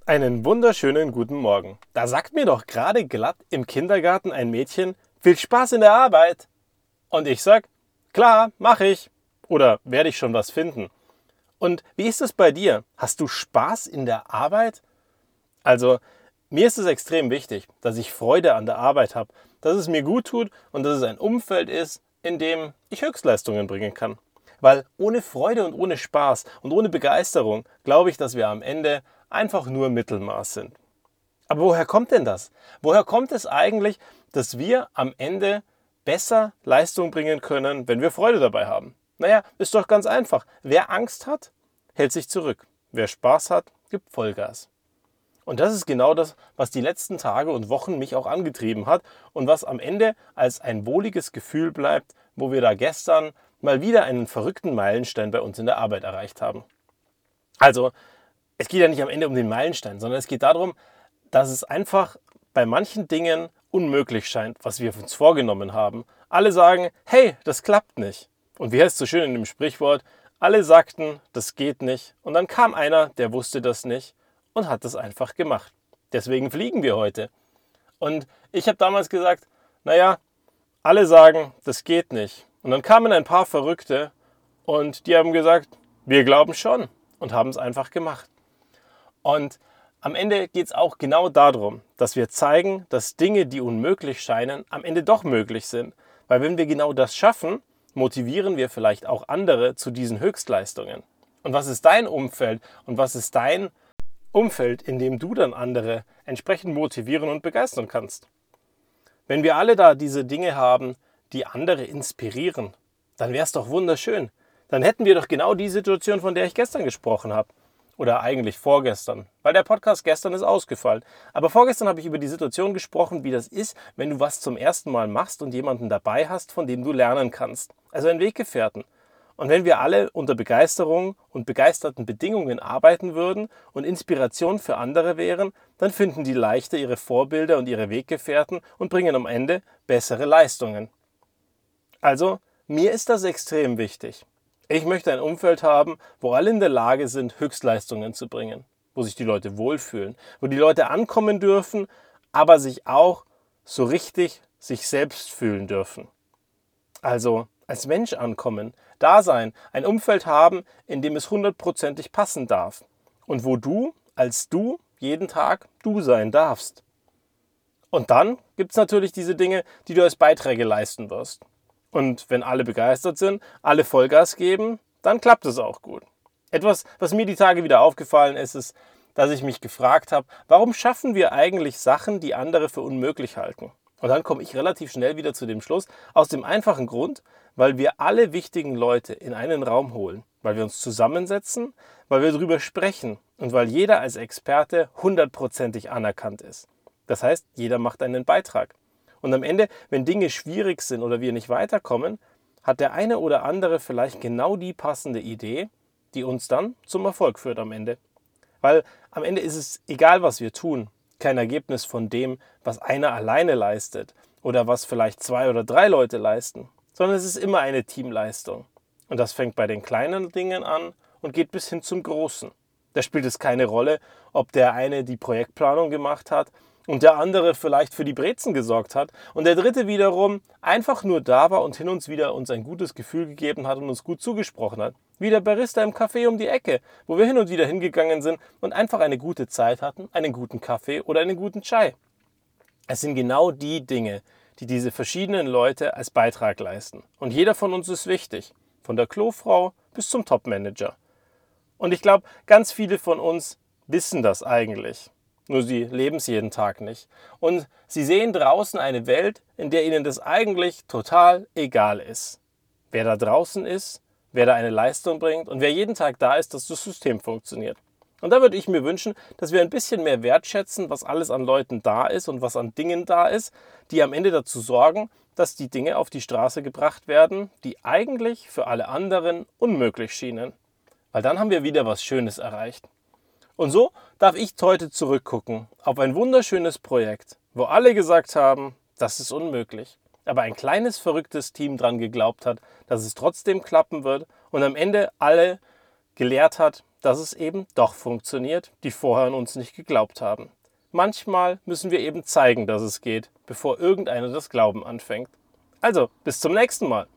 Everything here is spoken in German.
Einen wunderschönen guten Morgen. Da sagt mir doch gerade glatt im Kindergarten ein Mädchen, viel Spaß in der Arbeit. Und ich sag, klar, mach ich. Oder werde ich schon was finden. Und wie ist es bei dir? Hast du Spaß in der Arbeit? Also, mir ist es extrem wichtig, dass ich Freude an der Arbeit habe, dass es mir gut tut und dass es ein Umfeld ist, in dem ich Höchstleistungen bringen kann. Weil ohne Freude und ohne Spaß und ohne Begeisterung glaube ich, dass wir am Ende einfach nur Mittelmaß sind. Aber woher kommt denn das? Woher kommt es eigentlich, dass wir am Ende besser Leistung bringen können, wenn wir Freude dabei haben? Naja, ist doch ganz einfach. Wer Angst hat, hält sich zurück. Wer Spaß hat, gibt Vollgas. Und das ist genau das, was die letzten Tage und Wochen mich auch angetrieben hat und was am Ende als ein wohliges Gefühl bleibt, wo wir da gestern mal wieder einen verrückten Meilenstein bei uns in der Arbeit erreicht haben. Also, es geht ja nicht am Ende um den Meilenstein, sondern es geht darum, dass es einfach bei manchen Dingen unmöglich scheint, was wir uns vorgenommen haben. Alle sagen, hey, das klappt nicht. Und wie heißt es so schön in dem Sprichwort, alle sagten, das geht nicht. Und dann kam einer, der wusste das nicht und hat das einfach gemacht. Deswegen fliegen wir heute. Und ich habe damals gesagt, naja, alle sagen, das geht nicht. Und dann kamen ein paar Verrückte und die haben gesagt, wir glauben schon und haben es einfach gemacht. Und am Ende geht es auch genau darum, dass wir zeigen, dass Dinge, die unmöglich scheinen, am Ende doch möglich sind. Weil wenn wir genau das schaffen, motivieren wir vielleicht auch andere zu diesen Höchstleistungen. Und was ist dein Umfeld und was ist dein Umfeld, in dem du dann andere entsprechend motivieren und begeistern kannst? Wenn wir alle da diese Dinge haben, die andere inspirieren, dann wäre es doch wunderschön. Dann hätten wir doch genau die Situation, von der ich gestern gesprochen habe. Oder eigentlich vorgestern, weil der Podcast gestern ist ausgefallen. Aber vorgestern habe ich über die Situation gesprochen, wie das ist, wenn du was zum ersten Mal machst und jemanden dabei hast, von dem du lernen kannst. Also einen Weggefährten. Und wenn wir alle unter Begeisterung und begeisterten Bedingungen arbeiten würden und Inspiration für andere wären, dann finden die leichter ihre Vorbilder und ihre Weggefährten und bringen am Ende bessere Leistungen. Also, mir ist das extrem wichtig. Ich möchte ein Umfeld haben, wo alle in der Lage sind, Höchstleistungen zu bringen, wo sich die Leute wohlfühlen, wo die Leute ankommen dürfen, aber sich auch so richtig sich selbst fühlen dürfen. Also als Mensch ankommen, da sein, ein Umfeld haben, in dem es 100%ig passen darf und wo du als du jeden Tag du sein darfst. Und dann gibt es natürlich diese Dinge, die du als Beiträge leisten wirst. Und wenn alle begeistert sind, alle Vollgas geben, dann klappt es auch gut. Etwas, was mir die Tage wieder aufgefallen ist, ist, dass ich mich gefragt habe, warum schaffen wir eigentlich Sachen, die andere für unmöglich halten? Und dann komme ich relativ schnell wieder zu dem Schluss, aus dem einfachen Grund, weil wir alle wichtigen Leute in einen Raum holen, weil wir uns zusammensetzen, weil wir darüber sprechen und weil jeder als Experte 100%ig anerkannt ist. Das heißt, jeder macht einen Beitrag. Und am Ende, wenn Dinge schwierig sind oder wir nicht weiterkommen, hat der eine oder andere vielleicht genau die passende Idee, die uns dann zum Erfolg führt am Ende. Weil am Ende ist es egal, was wir tun, kein Ergebnis von dem, was einer alleine leistet oder was vielleicht 2 oder 3 Leute leisten, sondern es ist immer eine Teamleistung. Und das fängt bei den kleinen Dingen an und geht bis hin zum Großen. Da spielt es keine Rolle, ob der eine die Projektplanung gemacht hat und der andere vielleicht für die Brezen gesorgt hat und der dritte wiederum einfach nur da war und hin und wieder uns ein gutes Gefühl gegeben hat und uns gut zugesprochen hat. Wie der Barista im Café um die Ecke, wo wir hin und wieder hingegangen sind und einfach eine gute Zeit hatten, einen guten Kaffee oder einen guten Chai. Es sind genau die Dinge, die diese verschiedenen Leute als Beitrag leisten. Und jeder von uns ist wichtig, von der Klofrau bis zum Topmanager. Und ich glaube, ganz viele von uns wissen das eigentlich. Nur sie leben es jeden Tag nicht. Und sie sehen draußen eine Welt, in der ihnen das eigentlich total egal ist. Wer da draußen ist, wer da eine Leistung bringt und wer jeden Tag da ist, dass das System funktioniert. Und da würde ich mir wünschen, dass wir ein bisschen mehr wertschätzen, was alles an Leuten da ist und was an Dingen da ist, die am Ende dazu sorgen, dass die Dinge auf die Straße gebracht werden, die eigentlich für alle anderen unmöglich schienen. Weil dann haben wir wieder was Schönes erreicht. Und so darf ich heute zurückgucken auf ein wunderschönes Projekt, wo alle gesagt haben, das ist unmöglich. Aber ein kleines, verrücktes Team dran geglaubt hat, dass es trotzdem klappen wird und am Ende alle gelehrt hat, dass es eben doch funktioniert, die vorher an uns nicht geglaubt haben. Manchmal müssen wir eben zeigen, dass es geht, bevor irgendeiner das Glauben anfängt. Also, bis zum nächsten Mal.